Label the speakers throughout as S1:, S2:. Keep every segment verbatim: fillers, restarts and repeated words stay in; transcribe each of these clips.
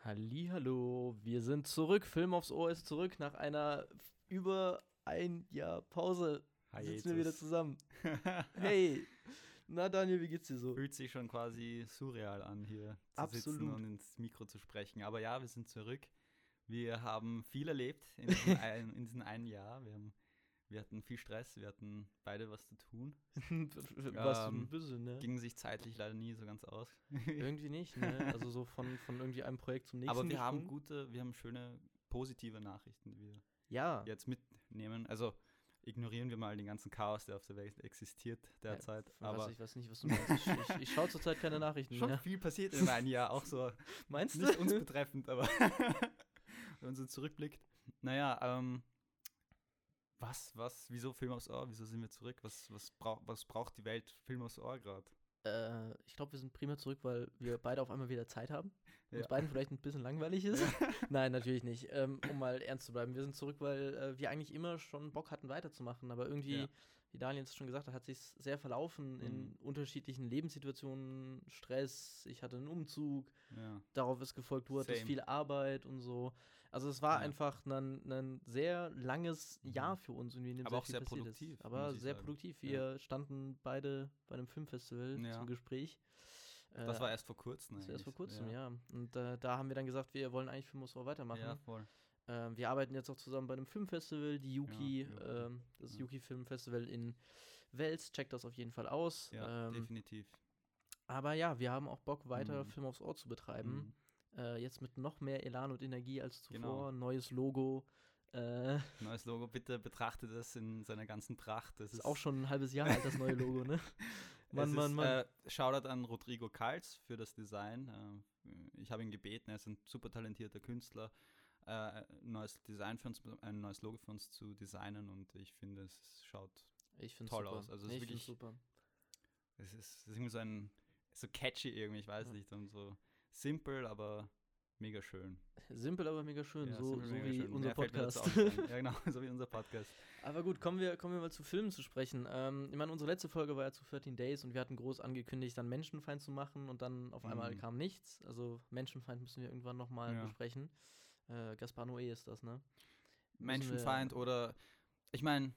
S1: Hallihallo, wir sind zurück. Film aufs Ohr ist zurück. Nach einer f- über ein Jahr Pause sitzen wir wieder
S2: Hiatus.
S1: zusammen. Hey, na Daniel, wie geht's dir so?
S2: Fühlt sich schon quasi surreal an, hier zu sitzen
S1: Absolut.
S2: und ins Mikro zu sprechen. Aber ja, wir sind zurück. Wir haben viel erlebt in diesem, ein, in diesem einen Jahr. Wir, haben, wir hatten viel Stress, wir hatten beide was zu tun.
S1: Was für ein
S2: Ähm,
S1: bisschen, ne?
S2: Ging sich zeitlich leider nie so ganz aus.
S1: Irgendwie nicht, ne? Also so von, von irgendwie einem Projekt zum nächsten
S2: Aber wir haben
S1: gesprungen.
S2: gute, wir haben schöne, positive Nachrichten, die wir
S1: Ja,
S2: jetzt mitnehmen. Also ignorieren wir mal den ganzen Chaos, der auf der Welt existiert derzeit.
S1: ich
S2: Aber
S1: weiß, ich weiß nicht, was du meinst. Ich, ich, ich schaue zurzeit keine Nachrichten
S2: schon
S1: mehr.
S2: viel passiert in einem Jahr, auch so
S1: Meinst
S2: nicht
S1: du?
S2: uns betreffend, aber wenn man so zurückblickt. Naja, ähm, was, was, wieso Film aufs Ohr? Wieso sind wir zurück? Was, was, brauch, was braucht die Welt Film aufs Ohr gerade?
S1: Äh, ich glaube, wir sind primär zurück, weil wir beide auf einmal wieder Zeit haben. Uns
S2: Ja.
S1: beiden vielleicht ein bisschen langweilig ist. Nein, natürlich nicht. Ähm, um mal ernst zu bleiben. Wir sind zurück, weil äh, wir eigentlich immer schon Bock hatten, weiterzumachen. Aber irgendwie,
S2: Ja.
S1: wie Daniel jetzt schon gesagt hat, hat sich sehr verlaufen in
S2: Mhm.
S1: unterschiedlichen Lebenssituationen. Stress, ich hatte einen Umzug,
S2: Ja.
S1: darauf ist gefolgt, du hattest
S2: Same.
S1: viel Arbeit und so. Also es war
S2: Ja.
S1: einfach ein, ein sehr langes
S2: Mhm.
S1: Jahr für uns, in dem
S2: Aber auch
S1: viel
S2: sehr
S1: passiert
S2: produktiv,
S1: ist. Aber
S2: muss ich
S1: sehr
S2: sagen.
S1: produktiv.
S2: Ja.
S1: Wir standen beide bei einem Filmfestival
S2: Ja.
S1: zum Gespräch.
S2: Das
S1: Äh,
S2: war erst vor kurzem
S1: das war erst vor
S2: eigentlich.
S1: kurzem, ja. Und äh, da haben wir dann gesagt, wir wollen eigentlich Film muss auch weitermachen.
S2: Ja, voll.
S1: Ähm, wir arbeiten jetzt auch zusammen bei einem Filmfestival, die Yuki,
S2: Ja, Yuki,
S1: ähm, das
S2: ja.
S1: Yuki Filmfestival in Wels. Checkt das auf jeden Fall aus.
S2: Ja,
S1: Ähm,
S2: definitiv.
S1: aber ja, wir haben auch Bock, weiter
S2: Mhm.
S1: Film aufs Ohr zu betreiben.
S2: Mhm.
S1: Äh, jetzt mit noch mehr Elan und Energie als zuvor.
S2: Genau.
S1: Neues Logo. Äh,
S2: Neues Logo, bitte betrachtet es in seiner ganzen Pracht. Das
S1: ist auch schon ein halbes Jahr alt, das neue Logo, ne? Mann,
S2: es
S1: Mann,
S2: ist,
S1: Mann.
S2: Äh, Shoutout an Rodrigo Kals für das Design. Äh, ich habe ihn gebeten, er ist ein super talentierter Künstler, äh, ein neues Design für uns, ein neues Logo für uns zu designen und ich finde, es schaut
S1: Ich find's
S2: toll
S1: super.
S2: aus. Also es
S1: ich
S2: ist
S1: find's
S2: wirklich,
S1: super.
S2: es ist, es ist irgendwie so ein, so catchy irgendwie, ich weiß
S1: Ja.
S2: nicht, und so simpel, aber mega schön.
S1: Simpel, aber mega schön.
S2: Ja,
S1: so
S2: simpel,
S1: so
S2: mega
S1: wie
S2: schön.
S1: unser
S2: Mehr fällt mir dazu
S1: Podcast.
S2: auch nicht ein. Ja, genau, so wie unser Podcast.
S1: Aber gut, kommen wir, kommen wir mal zu Filmen zu sprechen. Ähm, ich meine, unsere letzte Folge war ja zu dreizehn Days und wir hatten groß angekündigt, dann Menschenfeind zu machen und dann auf einmal
S2: Mhm.
S1: kam nichts. Also Menschenfeind müssen wir irgendwann nochmal
S2: Ja.
S1: besprechen. Äh, Gaspar Noé ist das, ne? Müssen
S2: Menschenfeind
S1: wir-
S2: oder, ich meine,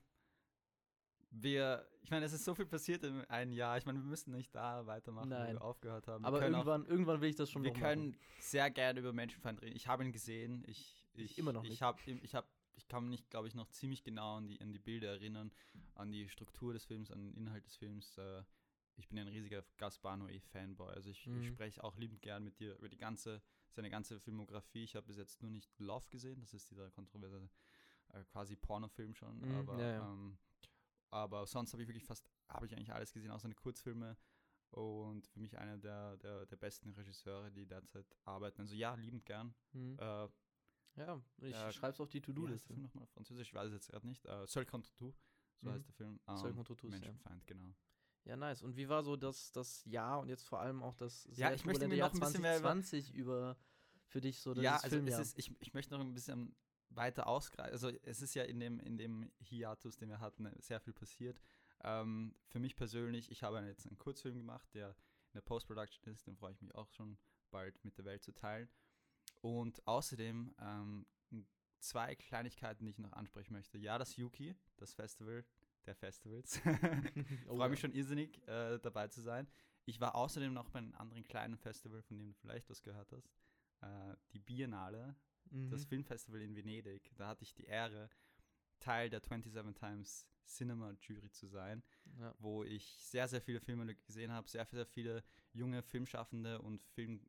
S2: wir, ich meine, es ist so viel passiert in einem Jahr. Ich meine, wir müssen nicht da weitermachen, wo
S1: Nein.
S2: wir aufgehört haben. Wir
S1: Aber
S2: können
S1: irgendwann, irgendwann will ich das
S2: auch,
S1: schon
S2: wir
S1: noch
S2: können
S1: machen.
S2: sehr gerne über Menschenfeind reden. Ich habe ihn gesehen. Ich, ich,
S1: immer noch
S2: ich
S1: nicht.
S2: Hab, ich, hab, ich kann mich, glaube ich, noch ziemlich genau an die, an die Bilder erinnern, an die Struktur des Films, an den Inhalt des Films. Äh, ich bin ein riesiger Gaspar Noé-Fanboy. Also ich,
S1: Mhm.
S2: ich spreche auch liebend gern mit dir über die ganze, seine ganze Filmografie. Ich habe bis jetzt nur nicht Love gesehen. Das ist dieser kontroverse äh, quasi Pornofilm schon.
S1: Mhm,
S2: aber
S1: ja, ja.
S2: Ähm, aber sonst habe ich wirklich fast, habe ich eigentlich alles gesehen, außer seine Kurzfilme. Und für mich einer der, der, der besten Regisseure, die derzeit arbeiten. Also ja, liebend gern.
S1: Mhm.
S2: Äh,
S1: Ja, ich
S2: äh,
S1: schreib's auf die
S2: wie heißt der
S1: To-Do-Liste.
S2: Film nochmal? Französisch, ich weiß es jetzt gerade nicht. Äh, Seul contre tout, so
S1: Mhm.
S2: heißt der Film.
S1: Seul
S2: Ähm,
S1: contre tous, ja.
S2: Menschenfeind, genau.
S1: Ja, nice. Und wie war so das, das Jahr und jetzt vor allem auch das
S2: Ja,
S1: sehr
S2: ich möchte
S1: turbulente
S2: mir
S1: Jahr
S2: noch ein bisschen mehr über-
S1: zwanzig zwanzig über für dich so das
S2: Ja, also es
S1: Filmjahr?
S2: ist, ich, ich möchte noch ein bisschen weiter ausgreifen. Also es ist ja in dem, in dem Hiatus, den wir hatten, sehr viel passiert. Ähm, für mich persönlich, ich habe jetzt einen Kurzfilm gemacht, der in der Post-Production ist, den freue ich mich auch schon bald mit der Welt zu teilen. Und außerdem ähm, zwei Kleinigkeiten, die ich noch ansprechen möchte. Ja, das Yuki, das Festival der Festivals.
S1: Oh,
S2: freue mich
S1: ja.
S2: schon irrsinnig, äh, dabei zu sein. Ich war außerdem noch bei einem anderen kleinen Festival, von dem du vielleicht was gehört hast. Äh, die Biennale,
S1: Mhm.
S2: das Filmfestival in Venedig. Da hatte ich die Ehre, Teil der siebenundzwanzig Times Cinema Jury zu sein,
S1: Ja.
S2: wo ich sehr, sehr viele Filme gesehen habe, sehr, sehr viele junge Filmschaffende und Film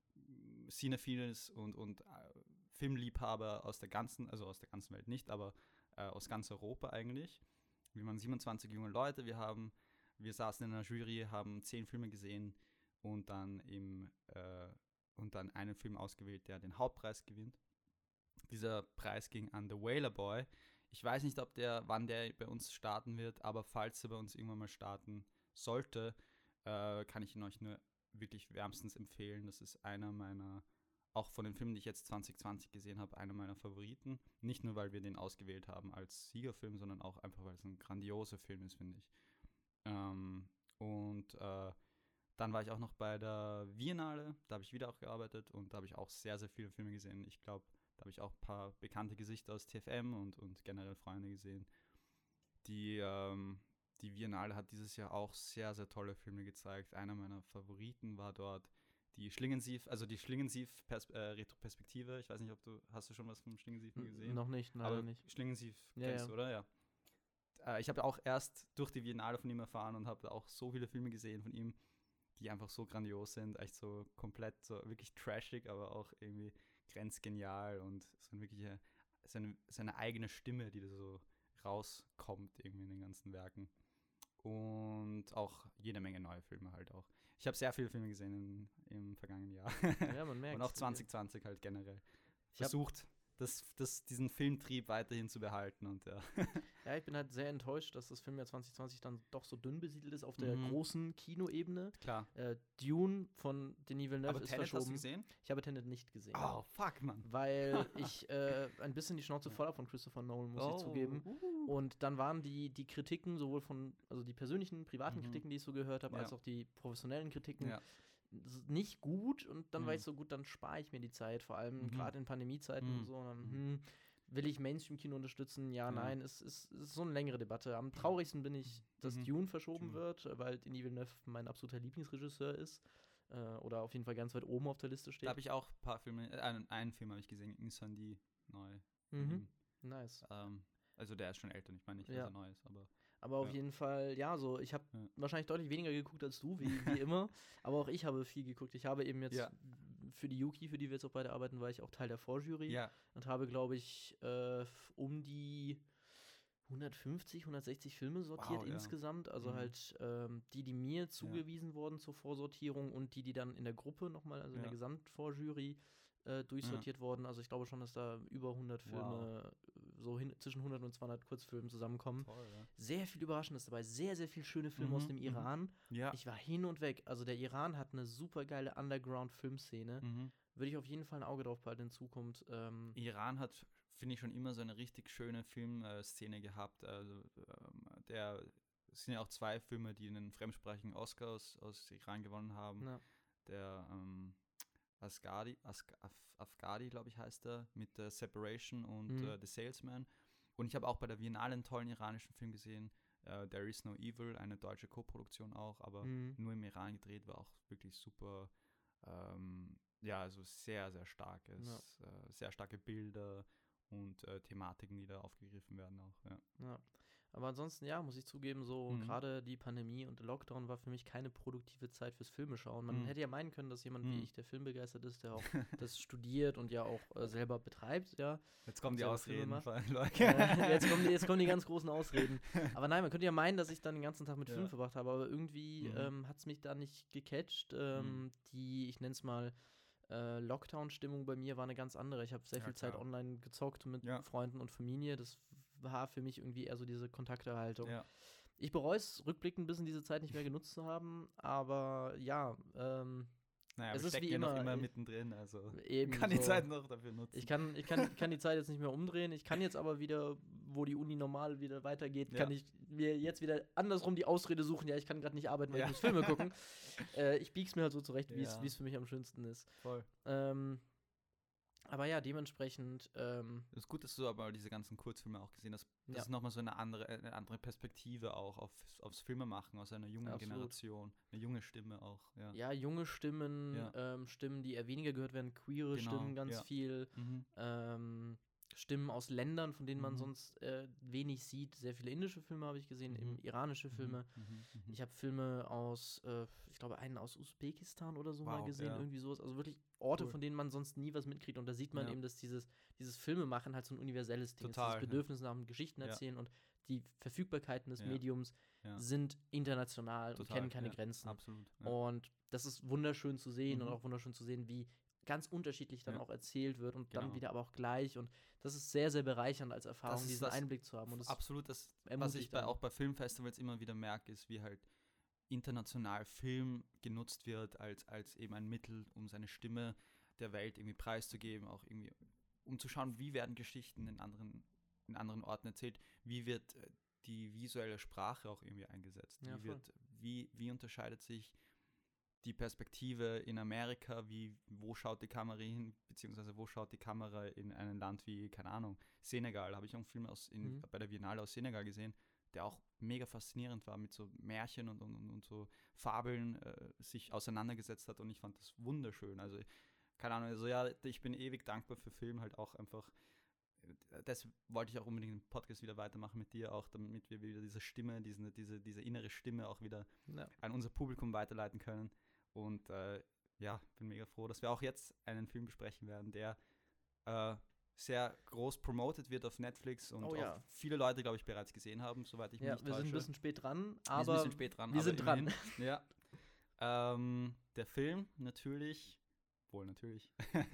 S2: Cinephiles und, und äh, Filmliebhaber aus der ganzen, also aus der ganzen Welt nicht, aber äh, aus ganz Europa eigentlich. Wir waren siebenundzwanzig junge Leute, wir haben, wir saßen in einer Jury, haben zehn Filme gesehen und dann im äh, und dann einen Film ausgewählt, der den Hauptpreis gewinnt. Dieser Preis ging an The Whaler Boy. Ich weiß nicht, ob der, wann der bei uns starten wird, aber falls er bei uns irgendwann mal starten sollte, äh, kann ich ihn euch nur wirklich wärmstens empfehlen. Das ist einer meiner, auch von den Filmen, die ich jetzt zwanzig zwanzig gesehen habe, einer meiner Favoriten. Nicht nur, weil wir den ausgewählt haben als Siegerfilm, sondern auch einfach, weil es ein grandioser Film ist, finde ich. Ähm, und äh, Dann war ich auch noch bei der Biennale, da habe ich wieder auch gearbeitet und da habe ich auch sehr, sehr viele Filme gesehen. Ich glaube, da habe ich auch ein paar bekannte Gesichter aus T F M und, und generell Freunde gesehen. Die, ähm, die Biennale hat dieses Jahr auch sehr, sehr tolle Filme gezeigt. Einer meiner Favoriten war dort die Schlingensief, also die Schlingensief-Retroperspektive. Ich weiß nicht, ob du, hast du schon was vom Schlingensief
S1: N-
S2: gesehen?
S1: Noch nicht, leider
S2: Aber
S1: nicht.
S2: Schlingensief
S1: Ja,
S2: kennst
S1: ja.
S2: du, oder? Ja. Äh, ich habe auch erst durch die Biennale von ihm erfahren und habe auch so viele Filme gesehen von ihm, die einfach so grandios sind, echt so komplett so wirklich trashig, aber auch irgendwie grenzgenial und so eine wirkliche, seine, seine eigene Stimme, die da so rauskommt irgendwie in den ganzen Werken. Und auch jede Menge neue Filme halt auch. Ich habe sehr viele Filme gesehen im, im vergangenen Jahr.
S1: Ja, man merkt.
S2: Und auch zwanzig zwanzig halt generell.
S1: Ich hab-
S2: Versucht, das, das, diesen Filmtrieb weiterhin zu behalten und ja.
S1: Ja, ich bin halt sehr enttäuscht, dass das Filmjahr zwanzig zwanzig dann doch so dünn besiedelt ist auf der
S2: Mhm.
S1: großen Kinoebene.
S2: Klar.
S1: Äh, Dune von Denis Villeneuve
S2: Aber
S1: ist
S2: Tenet hast du
S1: verschoben.
S2: gesehen?
S1: Ich habe Tenet nicht gesehen.
S2: Oh, fuck, Mann.
S1: Weil ich äh, ein bisschen die Schnauze voll habe von Christopher Nolan, muss ich zugeben.
S2: Uh.
S1: Und dann waren die, die Kritiken, sowohl von, also die persönlichen, privaten
S2: Mhm.
S1: Kritiken, die ich so gehört habe,
S2: Ja.
S1: als auch die professionellen Kritiken,
S2: Ja.
S1: s- nicht gut. Und dann war
S2: Mhm.
S1: ich so, gut, dann spare ich mir die Zeit, vor allem
S2: Mhm.
S1: gerade in Pandemiezeiten
S2: Mhm.
S1: und so. Und dann,
S2: Mhm.
S1: hm, will ich Mainstream-Kino unterstützen? Ja,
S2: Ja.
S1: nein, es ist, es ist so eine längere Debatte. Am traurigsten bin ich, dass
S2: Mhm.
S1: Dune verschoben
S2: Dune.
S1: wird, äh, weil Denis Villeneuve mein absoluter Lieblingsregisseur ist. Äh, oder auf jeden Fall ganz weit oben auf der Liste
S2: Da
S1: steht.
S2: habe ich auch ein paar Filme, äh, einen, einen Film habe ich gesehen, Incendie, neu. von
S1: Mhm.
S2: ihm.
S1: Nice.
S2: Ähm, also der ist schon älter, ich meine nicht, dass
S1: Ja.
S2: er neu ist, aber
S1: Aber auf
S2: Ja.
S1: jeden Fall, ja, so, ich habe
S2: Ja.
S1: wahrscheinlich deutlich weniger geguckt als du, wie, wie immer. Aber auch ich habe viel geguckt. Ich habe eben jetzt
S2: Ja.
S1: für die Yuki, für die wir jetzt auch beide arbeiten, war ich auch Teil der Vorjury
S2: ja,
S1: und habe, glaube ich, äh, f- um die hundertfünfzig, hundertsechzig Filme sortiert
S2: Wow, ja.
S1: insgesamt. Also
S2: Mhm.
S1: halt ähm, die, die mir zugewiesen wurden zur Vorsortierung und die, die dann in der Gruppe nochmal, also in der
S2: Ja.
S1: Gesamtvorjury äh, durchsortiert wurden. Also ich glaube schon, dass da über hundert
S2: Wow.
S1: Filme, äh, so hin, zwischen hundert und zweihundert Kurzfilmen zusammenkommen.
S2: toll, ja.
S1: Sehr viel Überraschendes dabei, sehr, sehr viel schöne Filme aus
S2: Mhm,
S1: dem
S2: mhm.
S1: Iran.
S2: Ja.
S1: Ich war hin und weg. Also der Iran hat eine super geile Underground-Filmszene.
S2: Mhm.
S1: Würde ich auf jeden Fall ein Auge drauf behalten in Zukunft. Ähm,
S2: Iran hat, finde ich, schon immer so eine richtig schöne Filmszene gehabt. Also, ähm, der es sind ja auch zwei Filme, die einen fremdsprachigen Oscar aus, aus Iran gewonnen haben.
S1: ja.
S2: Der ähm, Asghari, Asg Af Afghadi, glaube ich, heißt er, mit der Separation und
S1: Mhm.
S2: äh, The Salesman. Und ich habe auch bei der Biennale einen tollen iranischen Film gesehen, äh, There is no Evil, eine deutsche Co-Produktion auch, aber
S1: Mhm.
S2: nur im Iran gedreht, war auch wirklich super. Ähm, ja, also sehr, sehr starkes,
S1: Ja.
S2: äh, sehr starke Bilder und äh, Thematiken, die da aufgegriffen werden auch. Ja.
S1: Ja. Aber ansonsten, ja, muss ich zugeben, so
S2: Mhm.
S1: gerade die Pandemie und der Lockdown war für mich keine produktive Zeit fürs Filme schauen. Man
S2: Mhm.
S1: hätte ja meinen können, dass jemand wie
S2: Mhm.
S1: ich, der filmbegeistert ist, der auch das studiert und ja auch äh, selber betreibt, ja.
S2: Jetzt kommen die
S1: selber Filme
S2: Ausreden
S1: macht.
S2: von den Leuten.
S1: Äh, jetzt, kommen die, jetzt kommen die ganz großen Ausreden. Aber nein, man könnte ja meinen, dass ich dann den ganzen Tag mit
S2: Ja.
S1: Film verbracht habe, aber irgendwie
S2: Mhm.
S1: ähm, hat es mich da nicht gecatcht. Ähm,
S2: Mhm.
S1: Die, ich nenne es mal, äh, Lockdown-Stimmung bei mir war eine ganz andere. Ich habe sehr
S2: Ja,
S1: viel Zeit
S2: klar.
S1: online gezockt mit
S2: Ja.
S1: Freunden und Familie. Das war für mich irgendwie eher so diese Kontakterhaltung.
S2: Ja.
S1: Ich bereue es rückblickend ein bisschen, diese Zeit nicht mehr genutzt zu haben, aber ja, ähm,
S2: Naja,
S1: Es
S2: wir
S1: ist
S2: stecken
S1: wie
S2: ja noch
S1: immer,
S2: immer
S1: ich-
S2: mittendrin, also
S1: eben
S2: kann die
S1: so.
S2: Zeit noch dafür nutzen.
S1: Ich kann, ich kann, kann die Zeit jetzt nicht mehr umdrehen. Ich kann jetzt aber wieder, wo die Uni normal wieder weitergeht,
S2: Ja.
S1: kann ich mir jetzt wieder andersrum die Ausrede suchen. Ja, ich kann gerade nicht arbeiten, weil
S2: Ja.
S1: ich muss Filme gucken. äh, ich bieg's mir halt so zurecht, wie es
S2: Ja.
S1: wie es für mich am schönsten ist.
S2: Voll.
S1: Ähm, aber ja, dementsprechend, ähm,
S2: Es ist gut, dass du aber diese ganzen Kurzfilme auch gesehen hast. Das
S1: Ja.
S2: ist nochmal so eine andere, eine andere Perspektive auch auf, aufs Filmemachen aus einer jungen
S1: Absolut.
S2: Generation. Eine junge Stimme auch, ja.
S1: ja, junge Stimmen,
S2: Ja.
S1: ähm, Stimmen, die eher weniger gehört werden, queere
S2: Genau,
S1: Stimmen ganz
S2: ja.
S1: viel,
S2: Mhm.
S1: ähm, Stimmen aus Ländern, von denen man
S2: Mhm.
S1: sonst äh, wenig sieht. Sehr viele indische Filme habe ich gesehen,
S2: Mhm.
S1: eben iranische Filme.
S2: Mhm. Mhm. Mhm.
S1: Ich habe Filme aus, äh, ich glaube, einen aus Usbekistan oder so mal
S2: Wow,
S1: gesehen,
S2: ja.
S1: irgendwie sowas. Also wirklich Orte,
S2: Cool.
S1: von denen man sonst nie was mitkriegt. Und da sieht man
S2: Ja.
S1: eben, dass dieses, dieses Filmemachen halt so ein universelles Ding ist.
S2: Total,
S1: Das
S2: ja.
S1: Bedürfnis nach dem Geschichten
S2: Ja.
S1: erzählen und die Verfügbarkeiten des
S2: Ja.
S1: Mediums
S2: Ja.
S1: sind international und
S2: Total,
S1: kennen keine
S2: ja.
S1: Grenzen.
S2: Absolut. Ja.
S1: Und das ist wunderschön zu sehen und
S2: Mhm.
S1: auch wunderschön zu sehen, wie ganz unterschiedlich dann
S2: Ja.
S1: auch erzählt wird und dann
S2: Genau.
S1: wieder aber auch gleich. Und das ist sehr, sehr bereichernd als Erfahrung,
S2: ist
S1: diesen
S2: das-
S1: Einblick zu haben. Und das
S2: Absolut, das, was
S1: ermutigt
S2: ich bei,
S1: einen.
S2: auch bei Filmfestivals immer wieder merke, ist, wie halt international Film genutzt wird als, als eben ein Mittel, um seine Stimme der Welt irgendwie preiszugeben, auch irgendwie, um zu schauen, wie werden Geschichten in anderen, in anderen Orten erzählt, wie wird äh, die visuelle Sprache auch irgendwie eingesetzt,
S1: Ja,
S2: wie,
S1: voll.
S2: wird, wie, wie unterscheidet sich die Perspektive in Amerika, wie, wo schaut die Kamera hin, beziehungsweise wo schaut die Kamera in einem Land wie, keine Ahnung, Senegal. Habe ich auch einen Film aus in,
S1: Mhm.
S2: bei der Biennale aus Senegal gesehen, der auch mega faszinierend war, mit so Märchen und, und, und so Fabeln äh, sich auseinandergesetzt hat und ich fand das wunderschön. Also, keine Ahnung, also ja, ich bin ewig dankbar für Film, halt auch einfach. Das wollte ich auch unbedingt im Podcast wieder weitermachen mit dir, auch damit wir wieder diese Stimme, diese, diese, diese innere Stimme auch wieder
S1: Ja.
S2: an unser Publikum weiterleiten können. Und äh, ja, bin mega froh, dass wir auch jetzt einen Film besprechen werden, der äh, sehr groß promoted wird auf Netflix und
S1: Oh
S2: auch
S1: ja.
S2: viele Leute, glaube ich, bereits gesehen haben, soweit ich mich
S1: Ja,
S2: nicht
S1: wir
S2: täusche.
S1: sind ein bisschen spät dran,
S2: Wir sind ein
S1: aber
S2: bisschen spät dran,
S1: wir
S2: aber
S1: sind dran.
S2: immerhin. Ja. Ähm, der Film natürlich, wohl natürlich,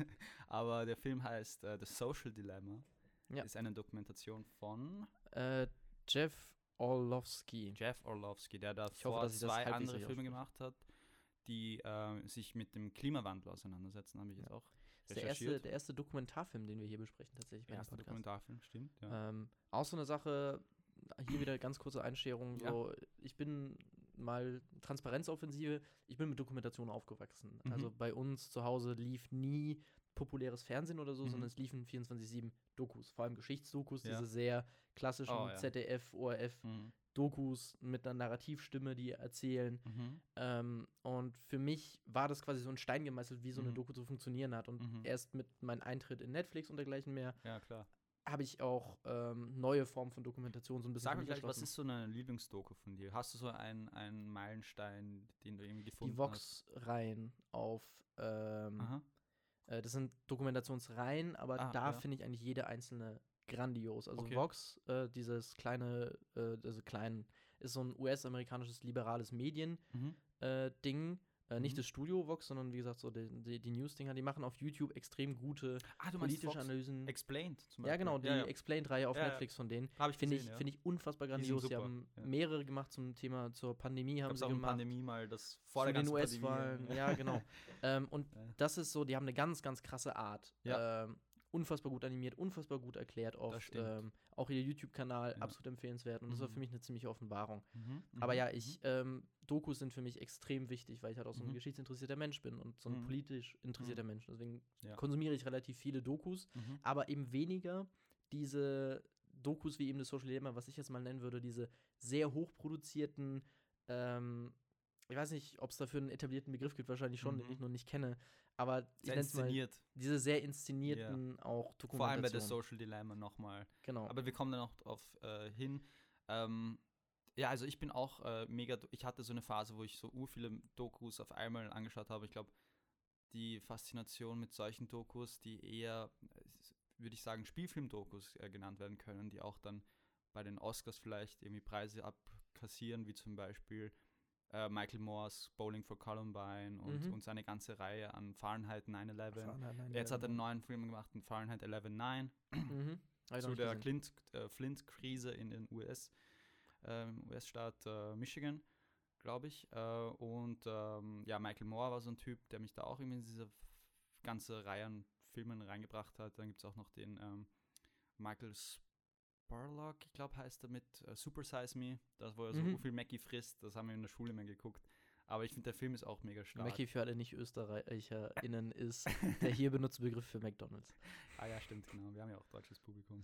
S2: aber der Film heißt äh, The Social Dilemma.
S1: Ja.
S2: Ist eine Dokumentation von
S1: Äh, Jeff Orlovsky.
S2: Jeff Orlovsky, der da
S1: Ich hoffe,
S2: vor
S1: dass ich das
S2: zwei
S1: halbwegs
S2: andere
S1: richtig
S2: Filme
S1: ausspreche.
S2: gemacht hat, die äh, sich mit dem Klimawandel auseinandersetzen, habe ich jetzt
S1: Ja.
S2: auch
S1: Das ist der erste,
S2: recherchiert.
S1: der erste Dokumentarfilm, den wir hier besprechen, tatsächlich bei
S2: Der
S1: dem
S2: erste
S1: Podcast.
S2: Dokumentarfilm, stimmt, ja.
S1: Ähm, auch so eine Sache, hier wieder ganz kurze Einscherung,
S2: Ja.
S1: so, ich bin mal Transparenzoffensive, ich bin mit Dokumentation aufgewachsen.
S2: Mhm.
S1: Also bei uns zu Hause lief nie populäres Fernsehen oder so,
S2: Mhm.
S1: sondern es liefen vierundzwanzig sieben Dokus, vor allem Geschichtsdokus,
S2: Ja.
S1: diese sehr klassischen
S2: Oh, ja.
S1: Z D F, O R F
S2: Mhm.
S1: Dokus mit einer Narrativstimme, die erzählen.
S2: Mhm.
S1: Ähm, und für mich war das quasi so ein Stein gemeißelt, wie so eine
S2: Mhm.
S1: Doku zu funktionieren hat. Und
S2: Mhm.
S1: erst mit meinem Eintritt in Netflix und dergleichen mehr
S2: Ja, klar.
S1: habe ich auch ähm, neue Formen von Dokumentation so ein bisschen
S2: Sag
S1: für
S2: mir
S1: mich
S2: gleich, was
S1: erschlossen.
S2: ist so eine Lieblingsdoku von dir? Hast du so einen, einen Meilenstein, den du irgendwie gefunden
S1: Die
S2: hast?
S1: Vox-Reihen auf, ähm,
S2: Aha.
S1: äh, das sind Dokumentationsreihen, aber
S2: Ah,
S1: da
S2: ja.
S1: finde ich eigentlich jede einzelne grandios. Also
S2: Okay.
S1: Vox, äh, dieses kleine, äh, also klein, ist so ein U S-amerikanisches liberales Medien,
S2: Mhm.
S1: äh, Ding. Äh, Nicht
S2: Mhm.
S1: das Studio Vox, sondern wie gesagt, so die, die, die News-Dinger, die machen auf YouTube extrem gute
S2: Ah, du meinst
S1: politische
S2: Vox
S1: Analysen.
S2: Explained zum
S1: Ja,
S2: Beispiel.
S1: genau, die
S2: ja, ja.
S1: Explained-Reihe auf
S2: Ja, ja.
S1: Netflix von denen.
S2: Habe ich
S1: Finde
S2: gesehen,
S1: ich,
S2: ja.
S1: find ich unfassbar
S2: Die sind
S1: grandios. Sie
S2: super,
S1: haben
S2: ja.
S1: mehrere gemacht zum Thema zur Pandemie, haben
S2: Gab's
S1: sie
S2: auch eine
S1: gemacht.
S2: Pandemie mal, das vor
S1: Zu
S2: der
S1: den
S2: ganzen
S1: U S-Wahlen,
S2: Pandemie.
S1: ja, genau. ähm, und
S2: Ja.
S1: das ist so, die haben eine ganz, ganz krasse Art.
S2: Ja.
S1: Ähm, unfassbar gut animiert, unfassbar gut erklärt oft.
S2: stimmt.
S1: Ähm, auch ihr YouTube-Kanal,
S2: Ja.
S1: absolut empfehlenswert. Und das war
S2: Mhm.
S1: für mich eine ziemliche Offenbarung.
S2: Mhm.
S1: Aber
S2: Mhm.
S1: ja, ich, ähm, Dokus sind für mich extrem wichtig, weil ich halt auch so ein
S2: Mhm.
S1: geschichtsinteressierter Mensch bin und so ein
S2: Mhm.
S1: politisch interessierter Mensch. Deswegen
S2: Ja.
S1: konsumiere ich relativ viele Dokus,
S2: Mhm.
S1: aber eben weniger diese Dokus wie eben das Social Dilemma, was ich jetzt mal nennen würde, diese sehr hochproduzierten, ähm, ich weiß nicht, ob es dafür einen etablierten Begriff gibt, wahrscheinlich schon, den
S2: Mhm.
S1: ich noch nicht kenne, aber ich
S2: Sehr
S1: nenne es mal
S2: inszeniert.
S1: diese sehr inszenierten auch Dokumentationen.
S2: Vor allem bei der Social Dilemma nochmal.
S1: Genau.
S2: Aber wir kommen da noch drauf äh, hin. Ähm, ja, also ich bin auch äh, mega, ich hatte so eine Phase, wo ich so ur viele Dokus auf einmal angeschaut habe. Ich glaube, die Faszination mit solchen Dokus, die eher, würde ich sagen, Spielfilm-Dokus äh, genannt werden können, die auch dann bei den Oscars vielleicht irgendwie Preise abkassieren, wie zum Beispiel äh, Michael Moores Bowling for Columbine und,
S1: Mhm.
S2: und seine ganze Reihe an Fahrenheit neun elf.
S1: Nein, nein,
S2: Jetzt hat er einen
S1: nein.
S2: neuen Film gemacht, einen Fahrenheit elf neun,
S1: Mhm. Hab ich noch
S2: zu
S1: nicht
S2: der
S1: gesehen.
S2: Clint, äh, Flint-Krise in den U S, ähm, U S-Staat äh, Michigan, glaube ich. Äh, und ähm, ja, Michael Moore war so ein Typ, der mich da auch irgendwie in diese f- ganze Reihe an Filmen reingebracht hat. Dann gibt es auch noch den ähm, Michael Spurlock, ich glaube heißt er, mit äh, Super Size Me, das wo er so
S1: Mhm.
S2: viel Mackie frisst, das haben wir in der Schule mal geguckt. Aber ich finde, der Film ist auch mega stark.
S1: Mackie für alle Nicht-ÖsterreicherInnen ist der hier benutzte Begriff für McDonalds.
S2: Ah ja, stimmt, genau. Wir haben ja auch deutsches Publikum.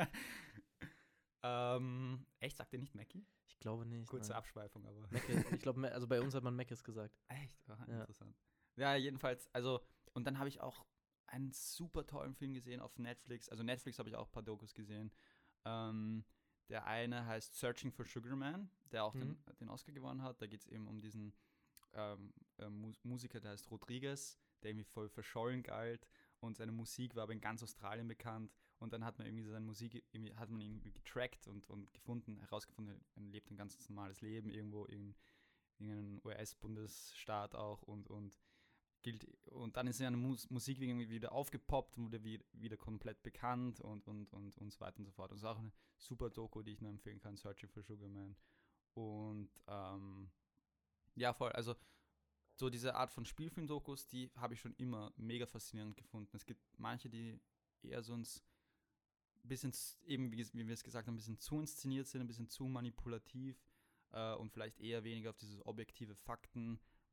S2: ähm, echt, sagt ihr nicht Mackie?
S1: Ich glaube nicht.
S2: Kurze
S1: nein.
S2: Abschweifung, aber.
S1: Mc's, ich glaube, also bei uns hat man Mc's gesagt.
S2: Echt? Aha,
S1: Ja.
S2: interessant. Ja, jedenfalls, also, und dann habe ich auch einen super tollen Film gesehen auf Netflix. Also Netflix habe ich auch ein paar Dokus gesehen. Ähm, der eine heißt Searching for Sugar Man, der auch
S1: Mhm.
S2: den, den Oscar gewonnen hat. Da geht es eben um diesen ähm, äh, Mu- Musiker, der heißt Rodriguez, der irgendwie voll verschollen galt und seine Musik war aber in ganz Australien bekannt. Und dann hat man irgendwie seine Musik, irgendwie hat man ihn getrackt und, und gefunden, herausgefunden, er lebt ein ganz normales Leben irgendwo in, in einem U S-Bundesstaat auch und, und gilt, und dann ist seine Mus- Musik irgendwie wieder aufgepoppt und wurde wie, wieder komplett bekannt und, und, und, und so weiter und so fort. Das ist auch eine super Doku, die ich nur empfehlen kann, Searching for Sugar Man. Und ähm, ja, voll, also so diese Art von Spielfilm-Dokus, die habe ich schon immer mega faszinierend gefunden. Es gibt manche, die eher so ein bisschen, z- eben wie, wie wir es gesagt haben, ein bisschen zu inszeniert sind, ein bisschen zu manipulativ äh, und vielleicht eher weniger auf dieses objektive Fakten,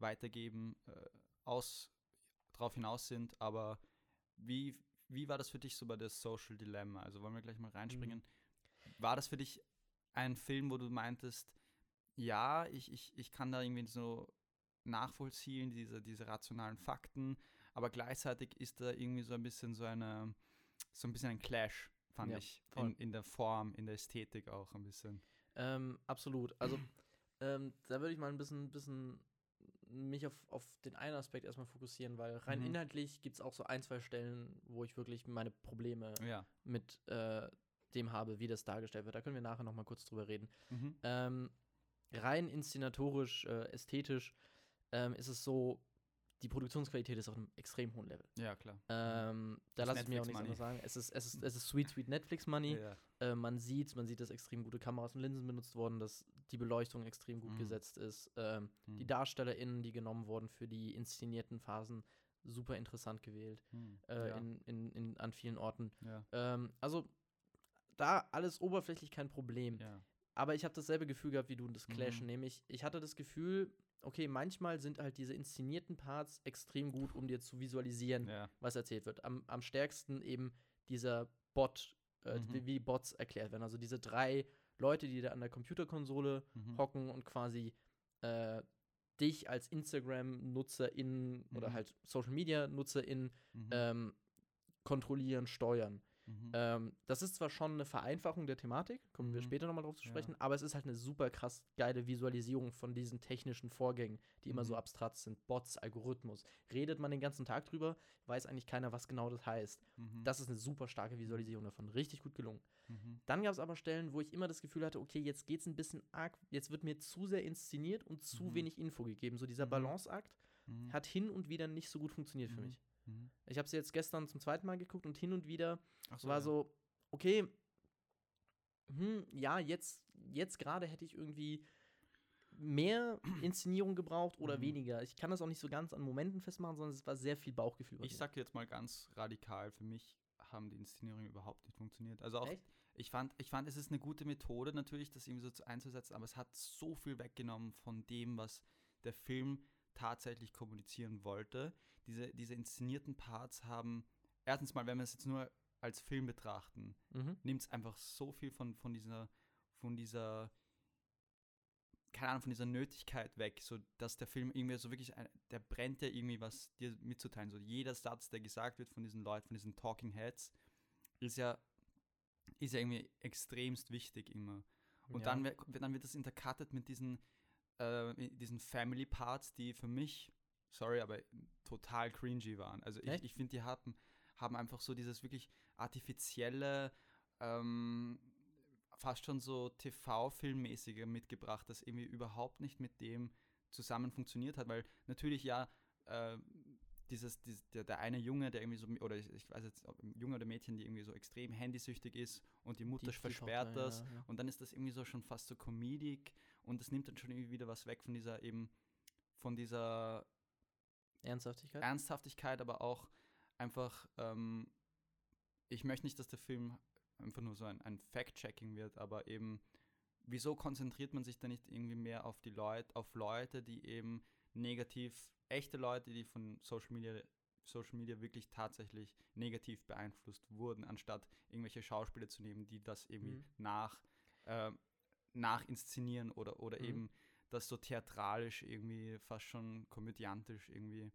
S2: weitergeben, äh, aus, drauf hinaus sind, aber wie, wie war das für dich so bei der Social Dilemma? Also wollen wir gleich mal reinspringen. Mhm. War das für dich ein Film, wo du meintest, ja, ich, ich, ich kann da irgendwie so nachvollziehen, diese, diese rationalen Fakten, aber gleichzeitig ist da irgendwie so ein bisschen so eine, so ein bisschen ein Clash, fand
S1: Ja,
S2: ich, in, in der Form, in der Ästhetik auch ein bisschen.
S1: Ähm, absolut. Also, ähm, da würde ich mal ein bisschen, bisschen mich auf, auf den einen Aspekt erstmal fokussieren, weil rein
S2: Mhm.
S1: inhaltlich gibt es auch so ein, zwei Stellen, wo ich wirklich meine Probleme
S2: Ja.
S1: mit äh, dem habe, wie das dargestellt wird. Da können wir nachher noch mal kurz drüber reden.
S2: Mhm.
S1: Ähm, rein inszenatorisch, äh, ästhetisch ähm, ist es so, die Produktionsqualität ist auf einem extrem hohen Level.
S2: Ja, klar.
S1: Ähm, da
S2: Das
S1: lasse ich mir auch nichts
S2: Netflix-Money.
S1: anderes sagen. Es ist, es ist, es ist sweet, sweet Netflix-Money.
S2: Ja.
S1: Äh, man sieht, man sieht, dass extrem gute Kameras und Linsen benutzt wurden, dass die Beleuchtung extrem gut
S2: Mhm.
S1: gesetzt ist. Ähm,
S2: Mhm.
S1: Die DarstellerInnen, die genommen wurden für die inszenierten Phasen, super interessant gewählt.
S2: Mhm.
S1: Äh,
S2: Ja.
S1: in, in, in, an vielen Orten.
S2: Ja.
S1: Ähm, also, da alles oberflächlich kein Problem.
S2: Ja.
S1: Aber ich habe dasselbe Gefühl gehabt wie du und das Clashen,
S2: Mhm.
S1: nämlich ich hatte das Gefühl, okay, manchmal sind halt diese inszenierten Parts extrem gut, um dir zu visualisieren,
S2: Ja.
S1: was erzählt wird. Am, am stärksten eben dieser Bot, äh,
S2: Mhm.
S1: wie, wie Bots erklärt werden. Also diese drei Leute, die da an der Computerkonsole
S2: Mhm.
S1: hocken und quasi äh, dich als Instagram-NutzerInnen
S2: Mhm.
S1: oder halt Social-Media-NutzerInnen
S2: Mhm.
S1: ähm, kontrollieren, steuern.
S2: Mhm.
S1: Ähm, das ist zwar schon eine Vereinfachung der Thematik, kommen
S2: Mhm.
S1: wir später nochmal drauf zu
S2: Ja.
S1: sprechen, aber es ist halt eine super krass geile Visualisierung von diesen technischen Vorgängen, die immer
S2: Mhm.
S1: so abstrakt sind. Bots, Algorithmus. Redet man den ganzen Tag drüber, weiß eigentlich keiner, was genau das heißt.
S2: Mhm.
S1: Das ist eine super starke Visualisierung davon. Richtig gut gelungen.
S2: Mhm.
S1: Dann gab es aber Stellen, wo ich immer das Gefühl hatte, okay, jetzt geht's ein bisschen arg, jetzt wird mir zu sehr inszeniert und zu
S2: Mhm.
S1: wenig Info gegeben. So dieser
S2: Mhm.
S1: Balanceakt
S2: Mhm.
S1: hat hin und wieder nicht so gut funktioniert für
S2: Mhm.
S1: mich.
S2: Mhm.
S1: Ich habe sie jetzt gestern zum zweiten Mal geguckt und hin und wieder
S2: Ach so,
S1: war
S2: ja.
S1: so, okay, hm, ja, jetzt, jetzt gerade hätte ich irgendwie mehr Inszenierung gebraucht oder
S2: Mhm.
S1: weniger. Ich kann das auch nicht so ganz an Momenten festmachen, sondern es war sehr viel Bauchgefühl bei
S2: Ich
S1: mir.
S2: sag jetzt mal ganz radikal, für mich haben die Inszenierungen überhaupt nicht funktioniert. Also auch,
S1: Echt?
S2: ich fand, ich fand, es ist eine gute Methode natürlich, das irgendwie so zu- einzusetzen, aber es hat so viel weggenommen von dem, was der Film tatsächlich kommunizieren wollte. Diese, diese inszenierten Parts haben, erstens mal, wenn wir es jetzt nur als Film betrachten,
S1: Mhm.
S2: nimmt es einfach so viel von, von dieser, von dieser, keine Ahnung, von dieser Nötigkeit weg, so dass der Film irgendwie so wirklich, ein, der brennt ja irgendwie was dir mitzuteilen. So jeder Satz, der gesagt wird von diesen Leuten, von diesen Talking Heads, ist ja, ist ja irgendwie extremst wichtig immer. Und
S1: Ja.
S2: dann, wer- dann wird das intercutted mit diesen, äh, diesen Family Parts, die für mich, sorry, aber total cringy waren. Also ich,
S1: Echt?
S2: ich finde, die haben, haben einfach so dieses wirklich artifizielle, ähm, fast schon so T V-Filmmäßige mitgebracht, das irgendwie überhaupt nicht mit dem zusammen funktioniert hat, weil natürlich ja äh, dieses, dieses der, der eine Junge, der irgendwie so, oder ich, ich weiß jetzt, ob ein Junge oder Mädchen, die irgendwie so extrem handysüchtig ist und die Mutter
S1: Die- die
S2: versperrt
S1: Tochter,
S2: das
S1: ja, ja.
S2: und dann ist das irgendwie so schon fast so comedic und das nimmt dann schon irgendwie wieder was weg von dieser eben, von dieser
S1: Ernsthaftigkeit?
S2: Ernsthaftigkeit, aber auch einfach, ähm, ich möchte nicht, dass der Film einfach nur so ein, ein Fact-Checking wird, aber eben, wieso konzentriert man sich da nicht irgendwie mehr auf die Leute, auf Leute, die eben negativ, echte Leute, die von Social Media, Social Media wirklich tatsächlich negativ beeinflusst wurden, anstatt irgendwelche Schauspieler zu nehmen, die das irgendwie
S1: Mhm.
S2: nach, äh, nachinszenieren oder, oder
S1: Mhm.
S2: eben das so theatralisch irgendwie, fast schon komödiantisch irgendwie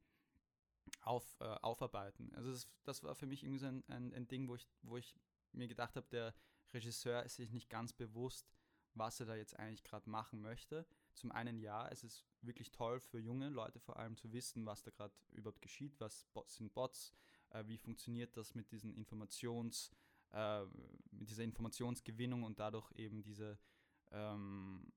S2: auf, äh, aufarbeiten. Also das, das war für mich irgendwie so ein, ein, ein Ding, wo ich, wo ich mir gedacht habe, der Regisseur ist sich nicht ganz bewusst, was er da jetzt eigentlich gerade machen möchte. Zum einen ja, es ist wirklich toll für junge Leute vor allem zu wissen, was da gerade überhaupt geschieht, was Bots sind Bots, äh, wie funktioniert das mit diesen Informations, äh, mit dieser Informationsgewinnung und dadurch eben diese ähm,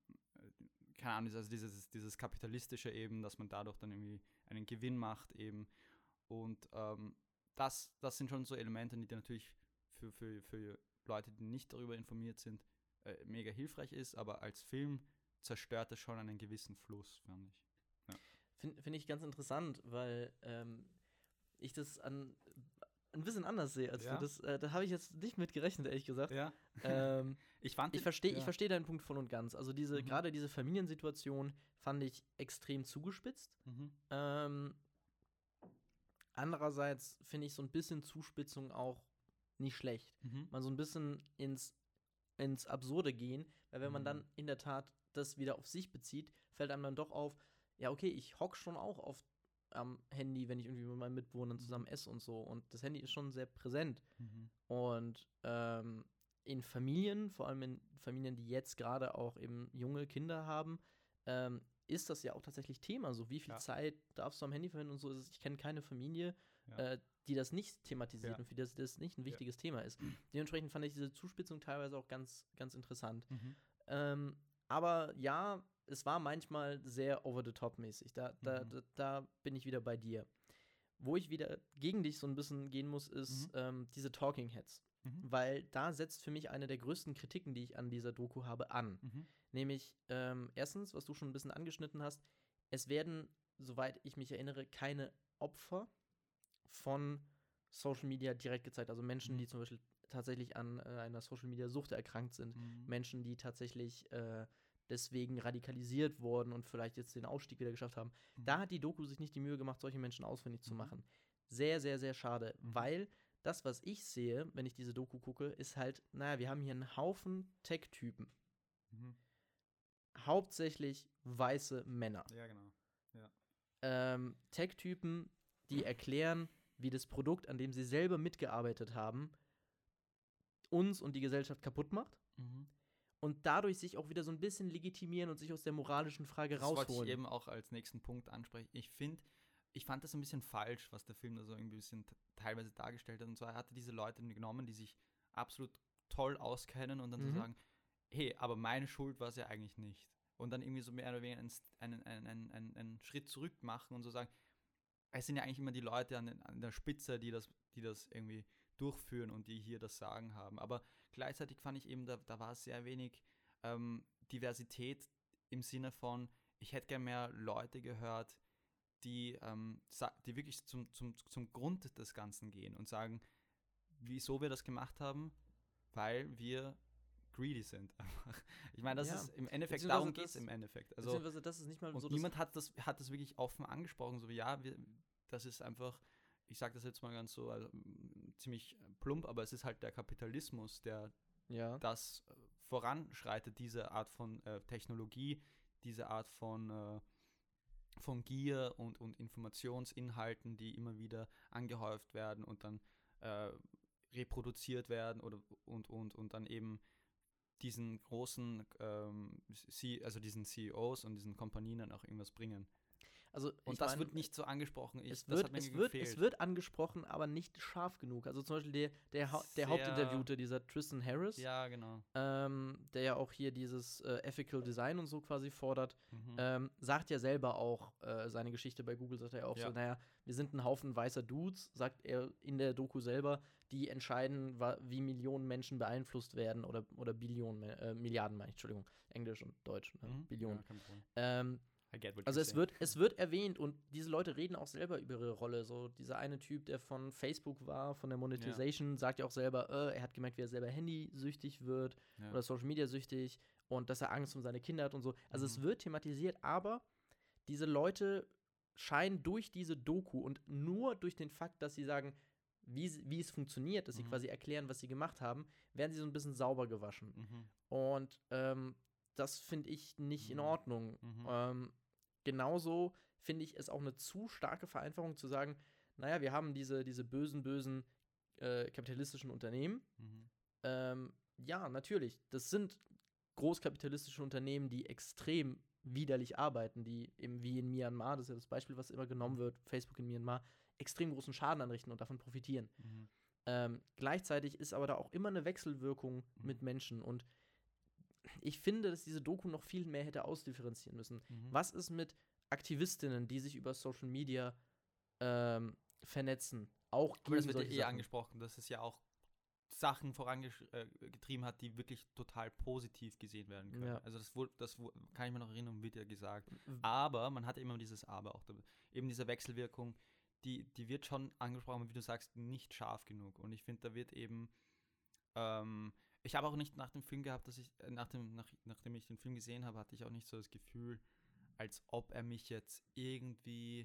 S2: keine Ahnung, also dieses, dieses kapitalistische eben, dass man dadurch dann irgendwie einen Gewinn macht eben. Und ähm, das, das sind schon so Elemente, die natürlich für, für, für Leute, die nicht darüber informiert sind, äh, mega hilfreich ist, aber als Film zerstört es schon einen gewissen Fluss, fand ich. Ja.
S1: Finde find ich ganz interessant, weil ähm, ich das an ein bisschen anders sehe als
S2: Ja?
S1: du. Das, äh, da habe ich jetzt nicht mit gerechnet, ehrlich gesagt.
S2: Ja.
S1: Ähm,
S2: Ich fand
S1: ich
S2: den-
S1: verstehe
S2: ja.
S1: ich versteh deinen Punkt voll und ganz. Also diese,
S2: Mhm.
S1: gerade diese Familiensituation fand ich extrem zugespitzt.
S2: Mhm.
S1: Ähm, andererseits finde ich so ein bisschen Zuspitzung auch nicht schlecht.
S2: Mhm.
S1: Mal so ein bisschen ins, ins Absurde gehen, weil wenn man
S2: Mhm.
S1: dann in der Tat das wieder auf sich bezieht, fällt einem dann doch auf, ja, okay, ich hock schon auch oft am Handy, wenn ich irgendwie mit meinen Mitbewohnern zusammen esse und so. Und das Handy ist schon sehr präsent.
S2: Mhm.
S1: Und ähm, in Familien, vor allem in Familien, die jetzt gerade auch eben junge Kinder haben, ähm, ist das ja auch tatsächlich Thema. So, wie viel
S2: Ja.
S1: Zeit darfst du am Handy verwenden und so. Ich kenne keine Familie,
S2: Ja.
S1: äh, die das nicht thematisiert
S2: Ja.
S1: und für das das nicht ein wichtiges Thema ist. Dementsprechend fand ich diese Zuspitzung teilweise auch ganz, ganz interessant.
S2: Mhm.
S1: Ähm, aber ja, es war manchmal sehr over-the-top-mäßig. Da, da,
S2: Mhm.
S1: da, da bin ich wieder bei dir. Wo ich wieder gegen dich so ein bisschen gehen muss, ist
S2: Mhm.
S1: ähm, diese Talking Heads.
S2: Mhm.
S1: Weil da setzt für mich eine der größten Kritiken, die ich an dieser Doku habe, an.
S2: Mhm.
S1: Nämlich, ähm, erstens, was du schon ein bisschen angeschnitten hast, es werden, soweit ich mich erinnere, keine Opfer von Social Media direkt gezeigt. Also Menschen,
S2: Mhm.
S1: die zum Beispiel tatsächlich an äh, einer Social Media Sucht erkrankt sind.
S2: Mhm.
S1: Menschen, die tatsächlich äh, deswegen radikalisiert wurden und vielleicht jetzt den Ausstieg wieder geschafft haben.
S2: Mhm.
S1: Da hat die Doku sich nicht die Mühe gemacht, solche Menschen ausfindig zu
S2: Mhm.
S1: machen. Sehr, sehr, sehr schade,
S2: Mhm.
S1: weil das, was ich sehe, wenn ich diese Doku gucke, ist halt, naja, wir haben hier einen Haufen Tech-Typen.
S2: Mhm.
S1: Hauptsächlich weiße Männer.
S2: Ja, genau.
S1: Ähm, Tech-Typen, die erklären, wie das Produkt, an dem sie selber mitgearbeitet haben, uns und die Gesellschaft kaputt macht.
S2: Mhm.
S1: Und dadurch sich auch wieder so ein bisschen legitimieren und sich aus der moralischen Frage
S2: Das wollte
S1: rausholen.
S2: ich eben auch als nächsten Punkt ansprechen. Ich finde, ich fand das ein bisschen falsch, was der Film da so irgendwie ein bisschen t- teilweise dargestellt hat. Und zwar er hatte diese Leute genommen, die sich absolut toll auskennen und dann
S1: Mhm.
S2: so sagen, hey, aber meine Schuld war es ja eigentlich nicht. Und dann irgendwie so mehr oder weniger einen, einen, einen, einen, einen Schritt zurück machen und so sagen, es sind ja eigentlich immer die Leute an, den, an der Spitze, die das, die das irgendwie durchführen und die hier das Sagen haben. Aber gleichzeitig fand ich eben, da, da war sehr wenig ähm, Diversität im Sinne von, ich hätte gerne mehr Leute gehört, die, ähm, sa- die wirklich zum, zum, zum Grund des Ganzen gehen und sagen, wieso wir das gemacht haben, weil wir greedy sind. Einfach. Ich meine, das
S1: Ja.
S2: ist im Endeffekt,
S1: Beziehungsweise
S2: darum geht es
S1: das-
S2: im Endeffekt. Also,
S1: Beziehungsweise das ist nicht mal so,
S2: und
S1: dass
S2: niemand hat das, hat das wirklich offen angesprochen, so wie, ja, wir, das ist einfach, ich sage das jetzt mal ganz so, also, m, ziemlich plump, aber es ist halt der Kapitalismus, der
S1: ja.
S2: das äh, voranschreitet, diese Art von äh, Technologie, diese Art von, äh, von Gier und, und Informationsinhalten, die immer wieder angehäuft werden und dann äh, reproduziert werden oder und, und, und dann eben diesen großen, ähm, C- also diesen C E Os und diesen Kompanien dann auch irgendwas bringen.
S1: Also,
S2: Und
S1: ich
S2: das
S1: mein,
S2: wird nicht so angesprochen. Ich,
S1: es
S2: das
S1: wird,
S2: hat mir
S1: es, wird,
S2: gefehlt.
S1: es wird angesprochen, aber nicht scharf genug. Also zum Beispiel der, der, Hau- der
S2: Sehr-
S1: Hauptinterviewte, dieser Tristan Harris,
S2: Ja, genau.
S1: ähm, der ja auch hier dieses äh, Ethical Design und so quasi fordert,
S2: Mhm.
S1: ähm, sagt ja selber auch, äh, seine Geschichte bei Google sagt er auch
S2: Ja.
S1: so, naja, wir sind ein Haufen weißer Dudes, sagt er in der Doku selber, die entscheiden, wa- wie Millionen Menschen beeinflusst werden oder, oder Billionen, äh, Milliarden meine ich, Entschuldigung, Englisch und Deutsch, ne?
S2: Mhm.
S1: Billionen.
S2: Ja, kein Problem.
S1: Ähm,
S2: I get what
S1: also
S2: you're
S1: es
S2: saying.
S1: wird, es wird erwähnt und diese Leute reden auch selber über ihre Rolle. So dieser eine Typ, der von Facebook war, von der Monetization, sagt ja auch selber, äh, er hat gemerkt, wie er selber handysüchtig wird
S2: Ja.
S1: oder Social Media süchtig und dass er Angst um seine Kinder hat und so. Also es
S2: Mhm.
S1: wird thematisiert, aber diese Leute scheinen durch diese Doku und nur durch den Fakt, dass sie sagen, wie, sie- wie es funktioniert, dass sie
S2: Mhm.
S1: quasi erklären, was sie gemacht haben, werden sie so ein bisschen sauber gewaschen.
S2: Mhm.
S1: Und ähm, das finde ich nicht in
S2: Mhm.
S1: Ordnung.
S2: Mhm.
S1: Ähm, genauso finde ich es auch eine zu starke Vereinfachung zu sagen, naja, wir haben diese, diese bösen, bösen äh, kapitalistischen Unternehmen.
S2: Mhm.
S1: Ähm, ja, natürlich, das sind großkapitalistische Unternehmen, die extrem widerlich arbeiten, die eben wie in Myanmar, das ist ja das Beispiel, was immer genommen wird, Facebook in Myanmar, extrem großen Schaden anrichten und davon profitieren.
S2: Mhm.
S1: Ähm, gleichzeitig ist aber da auch immer eine Wechselwirkung
S2: Mhm.
S1: mit Menschen und ich finde, dass diese Doku noch viel mehr hätte ausdifferenzieren müssen.
S2: Mhm.
S1: Was ist mit Aktivistinnen, die sich über Social Media ähm, vernetzen? Auch
S2: Aber das
S1: gegen
S2: wird ja
S1: solche
S2: eh
S1: Sachen.
S2: angesprochen, dass es ja auch Sachen vorangetrieben hat, die wirklich total positiv gesehen werden können.
S1: Ja.
S2: Also das, wurde, das wurde, kann ich mir noch erinnern, wird ja gesagt.
S1: W-
S2: Aber man hat immer dieses Aber auch dabei. Eben diese Wechselwirkung, die, die wird schon angesprochen, wie du sagst, nicht scharf genug. Und ich finde, da wird eben, ähm, ich habe auch nicht nach dem Film gehabt, dass ich, äh, nach dem, nach, nachdem ich den Film gesehen habe, hatte ich auch nicht so das Gefühl, als ob er mich jetzt irgendwie,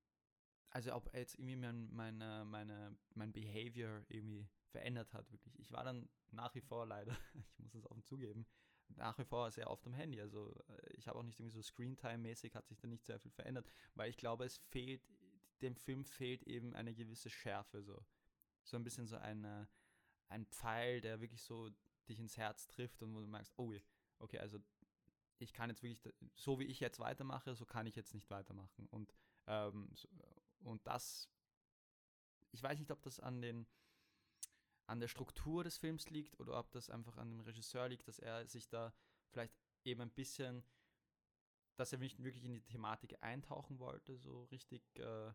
S2: also ob er jetzt irgendwie mein, meine, meine, mein Behavior irgendwie verändert hat, wirklich. Ich war dann nach wie vor leider, ich muss es offen zugeben, nach wie vor sehr oft am Handy. Also äh, ich habe auch nicht irgendwie so Screentime-mäßig, hat sich da nicht sehr viel verändert, weil ich glaube, es fehlt, dem Film fehlt eben eine gewisse Schärfe, so. So ein bisschen so eine, ein Pfeil, der wirklich so dich ins Herz trifft und wo du merkst, oh, okay, also ich kann jetzt wirklich, so wie ich jetzt weitermache, so kann ich jetzt nicht weitermachen. Und, ähm, so, und das, ich weiß nicht, ob das an den an der Struktur des Films liegt oder ob das einfach an dem Regisseur liegt, dass er sich da vielleicht eben ein bisschen, dass er nicht wirklich in die Thematik eintauchen wollte, so richtig äh,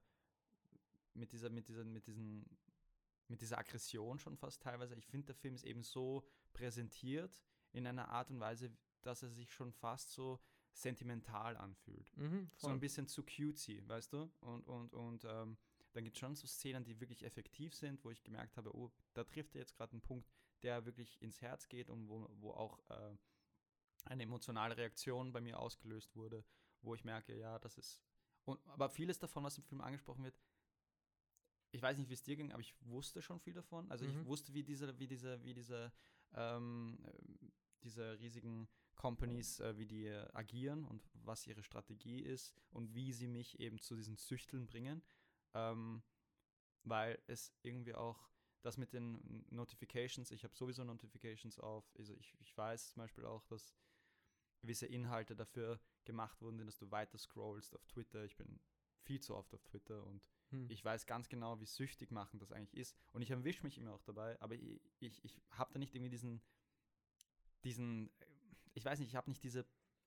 S2: mit dieser, mit dieser, mit diesen, mit dieser Aggression schon fast teilweise. Ich finde, der Film ist eben so präsentiert in einer Art und Weise, dass er sich schon fast so sentimental anfühlt.
S1: Mhm,
S2: So ein bisschen zu cutesy, weißt du? Und, und, und ähm, dann gibt es schon so Szenen, die wirklich effektiv sind, wo ich gemerkt habe, oh, da trifft er jetzt gerade einen Punkt, der wirklich ins Herz geht und wo, wo auch äh, eine emotionale Reaktion bei mir ausgelöst wurde, wo ich merke, ja, das ist. Und, aber vieles davon, was im Film angesprochen wird, ich weiß nicht, wie es dir ging, aber ich wusste schon viel davon. Also
S1: Mhm.
S2: ich wusste, wie diese, wie diese, wie diese, ähm, äh, diese riesigen Companies, äh, wie die äh, agieren und was ihre Strategie ist und wie sie mich eben zu diesen Süchteln bringen. Ähm, weil es irgendwie auch das mit den Notifications, ich habe sowieso Notifications auf, also ich, ich weiß zum Beispiel auch, dass gewisse Inhalte dafür gemacht wurden, dass du weiter scrollst auf Twitter. Ich bin viel zu oft auf Twitter und
S1: Hm.
S2: ich weiß ganz genau, wie süchtig machen das eigentlich ist. Und ich erwische mich immer auch dabei, aber ich, ich, ich habe da nicht irgendwie diesen, diesen, ich weiß nicht, ich habe nicht diese,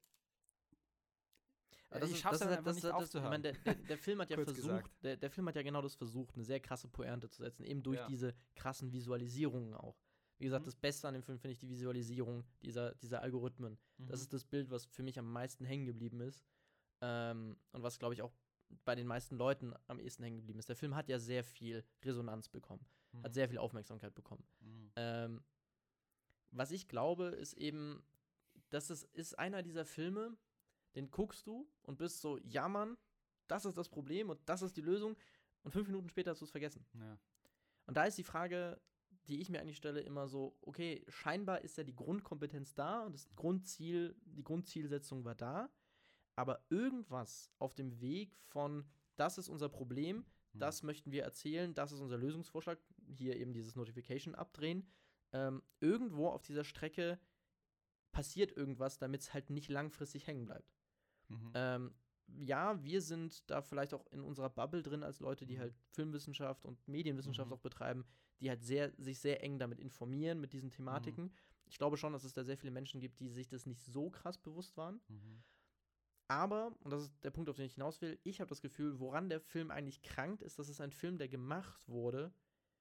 S1: Aber das
S2: ich
S1: ist,
S2: schaffe
S1: das
S2: es
S1: ist,
S2: einfach
S1: das,
S2: nicht
S1: das, das, ich
S2: aufzuhören.
S1: meine, der, der, der Film hat ja
S2: Kurz
S1: versucht,
S2: gesagt.
S1: der, der Film hat ja genau das versucht, eine sehr krasse Pointe zu setzen, eben durch
S2: Ja.
S1: diese krassen Visualisierungen auch. Wie gesagt,
S2: Mhm.
S1: das Beste an dem Film finde ich die Visualisierung dieser, dieser Algorithmen. Das
S2: Mhm.
S1: ist das Bild, was für mich am meisten hängen geblieben ist. Ähm, und was, glaube ich, auch bei den meisten Leuten am ehesten hängen geblieben ist. Der Film hat ja sehr viel Resonanz bekommen,
S2: Mhm.
S1: hat sehr viel Aufmerksamkeit bekommen.
S2: Mhm.
S1: Ähm, was ich glaube, ist eben, dass es ist einer dieser Filme, den guckst du und bist so, ja Mann, das ist das Problem und das ist die Lösung und fünf Minuten später hast du es vergessen.
S2: Ja.
S1: Und da ist die Frage, die ich mir eigentlich stelle, immer so, okay, scheinbar ist ja die Grundkompetenz da und das Grundziel, die Grundzielsetzung war da, aber irgendwas auf dem Weg von, das ist unser Problem,
S2: Mhm.
S1: das möchten wir erzählen, das ist unser Lösungsvorschlag, hier eben dieses Notification abdrehen, ähm, irgendwo auf dieser Strecke passiert irgendwas, damit es halt nicht langfristig hängen bleibt.
S2: Mhm.
S1: Ähm, ja, wir sind da vielleicht auch in unserer Bubble drin als Leute, die
S2: Mhm.
S1: halt Filmwissenschaft und Medienwissenschaft
S2: Mhm.
S1: auch betreiben, die halt sehr, sich sehr eng damit informieren, mit diesen Thematiken.
S2: Mhm.
S1: Ich glaube schon, dass es da sehr viele Menschen gibt, die sich das nicht so krass bewusst waren.
S2: Mhm.
S1: Aber, und das ist der Punkt, auf den ich hinaus will, ich habe das Gefühl, woran der Film eigentlich krankt, ist, dass es ein Film, der gemacht wurde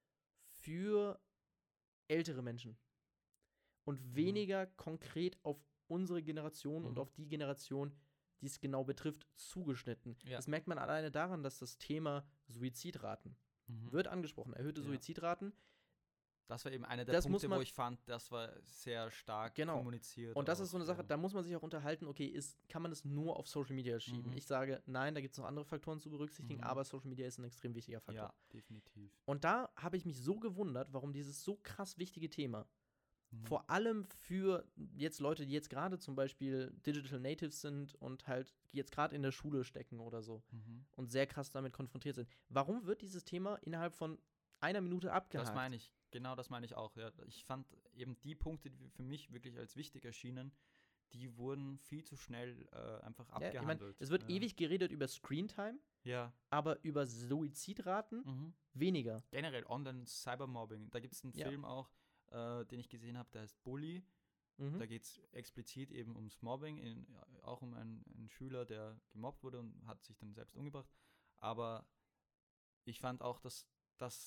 S1: für ältere Menschen. Und
S2: Mhm.
S1: weniger konkret auf unsere Generation und
S2: Mhm.
S1: auf die Generation, die es genau betrifft, zugeschnitten.
S2: Ja.
S1: Das merkt man alleine daran, dass das Thema Suizidraten
S2: Mhm.
S1: wird angesprochen, erhöhte
S2: Ja.
S1: Suizidraten.
S2: Das war eben einer der
S1: Das muss
S2: Punkte,
S1: man-
S2: wo ich fand, das war sehr stark
S1: Genau.
S2: kommuniziert.
S1: Und das
S2: auch,
S1: ist so eine Sache,
S2: ja.
S1: da muss man sich auch unterhalten, okay, ist, kann man das nur auf Social Media schieben?
S2: Mhm.
S1: Ich sage, nein, da gibt es noch andere Faktoren zu berücksichtigen,
S2: Mhm.
S1: aber Social Media ist ein extrem wichtiger Faktor.
S2: Ja, definitiv.
S1: Und da habe ich mich so gewundert, warum dieses so krass wichtige Thema,
S2: Mhm.
S1: vor allem für jetzt Leute, die jetzt gerade zum Beispiel Digital Natives sind und halt jetzt gerade in der Schule stecken oder so
S2: Mhm.
S1: und sehr krass damit konfrontiert sind. Warum wird dieses Thema innerhalb von einer Minute abgehakt?
S2: Das meine ich, genau das meine ich auch. Ja. Ich fand eben die Punkte, die für mich wirklich als wichtig erschienen, die wurden viel zu schnell äh, einfach
S1: Ja, ich meine,
S2: abgehandelt.
S1: es wird
S2: ja.
S1: ewig geredet über Screentime,
S2: Ja.
S1: aber über Suizidraten
S2: Mhm.
S1: weniger.
S2: Generell Online-Cybermobbing. Da gibt es einen
S1: Ja.
S2: Film auch, äh, den ich gesehen habe, der heißt Bully.
S1: Mhm.
S2: Da geht es explizit eben ums Mobbing, in, auch um einen, einen Schüler, der gemobbt wurde und hat sich dann selbst umgebracht. Aber ich fand auch, dass, dass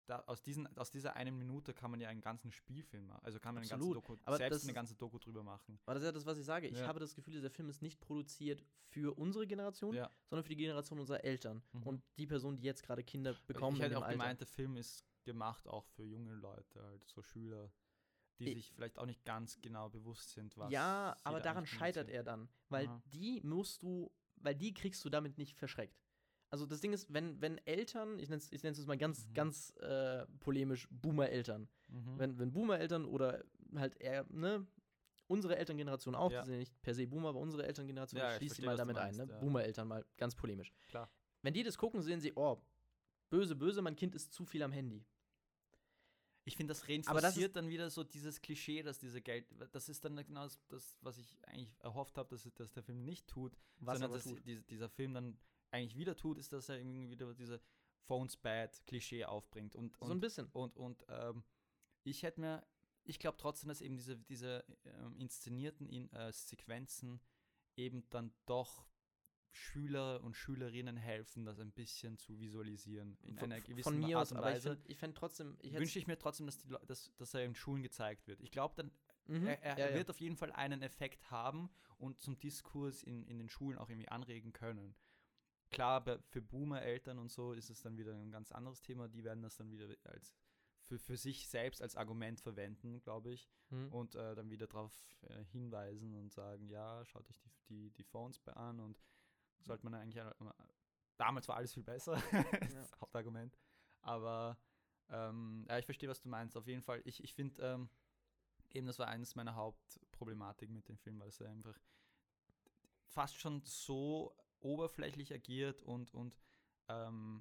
S2: da, aus, diesen, aus dieser einen Minute kann man ja einen ganzen Spielfilm machen. Also kann man einen ganzen
S1: Absolut.
S2: Doku,
S1: Aber
S2: selbst
S1: das
S2: eine
S1: ist-
S2: ganze Doku drüber machen.
S1: Aber das ist ja das, was ich sage. Ich
S2: Ja.
S1: habe das Gefühl, dieser Film ist nicht produziert für unsere Generation,
S2: Ja.
S1: sondern für die Generation unserer Eltern.
S2: Mhm.
S1: Und die Personen, die jetzt gerade Kinder bekommen
S2: Ich
S1: in
S2: hätte
S1: dem
S2: auch
S1: Alter.
S2: gemeint, der Film ist gemacht auch für junge Leute, halt so Schüler, die
S1: Ich-
S2: sich vielleicht auch nicht ganz genau bewusst sind, was
S1: Ja,
S2: sie
S1: aber
S2: da
S1: daran
S2: eigentlich
S1: scheitert
S2: kommunizieren.
S1: er dann. Weil
S2: Aha.
S1: die musst du, weil die kriegst du damit nicht verschreckt. Also das Ding ist, wenn, wenn Eltern, ich nenne es ich nenn's jetzt mal ganz,
S2: Mhm.
S1: ganz äh, polemisch, Boomer-Eltern,
S2: Mhm.
S1: wenn, wenn Boomer-Eltern oder halt eher, ne, unsere Elterngeneration auch,
S2: Ja.
S1: die sind ja nicht per se Boomer, aber unsere Elterngeneration,
S2: Ja,
S1: ich
S2: ich
S1: schließe die
S2: verstehe,
S1: mal
S2: was du
S1: damit ein,
S2: meinst,
S1: ne?
S2: ja.
S1: Boomer-Eltern mal ganz polemisch.
S2: Klar.
S1: Wenn die das gucken, sehen sie, oh, böse, böse, mein Kind ist zu viel am Handy.
S2: Ich finde, das
S1: Aber das ist-
S2: reinforciert dann wieder so dieses Klischee, dass diese Geld, das ist dann genau das, das was ich eigentlich erhofft habe, dass, dass der Film nicht tut,
S1: Was
S2: sondern
S1: aber
S2: dass
S1: tut.
S2: die- dieser Film dann eigentlich wieder tut, ist, dass er irgendwie wieder diese Phones Bad Klischee aufbringt. Und,
S1: So ein
S2: und,
S1: bisschen.
S2: und, und ähm, ich hätte mir, ich glaube trotzdem, dass eben diese, diese ähm, inszenierten in, äh, Sequenzen eben dann doch Schüler und Schülerinnen helfen, das ein bisschen zu visualisieren. In
S1: Von,
S2: einer gewissen
S1: von mir
S2: Art
S1: aus,
S2: und
S1: aber ich
S2: Weise.
S1: fände ich fänd trotzdem, ich hätt's-
S2: Wünsche ich mir trotzdem, dass, die, Leu- dass, dass er in Schulen gezeigt wird. Ich glaube, dann
S1: Mhm,
S2: er, er,
S1: ja,
S2: er
S1: ja.
S2: wird auf jeden Fall einen Effekt haben und zum Diskurs in, in den Schulen auch irgendwie anregen können. Klar, bei, für Boomer-Eltern und so ist es dann wieder ein ganz anderes Thema. Die werden das dann wieder als für, für sich selbst als Argument verwenden, glaube ich.
S1: Mhm.
S2: Und äh, dann wieder darauf äh, hinweisen und sagen, ja, schaut euch die, die, die Phones bei an und sollte man eigentlich, äh, damals war alles viel besser, das
S1: Ja.
S2: Hauptargument. Aber ähm, ja, ich verstehe, was du meinst. Auf jeden Fall, ich, ich finde, ähm, eben das war eines meiner Hauptproblematiken mit dem Film, weil es einfach fast schon so oberflächlich agiert und, und ähm,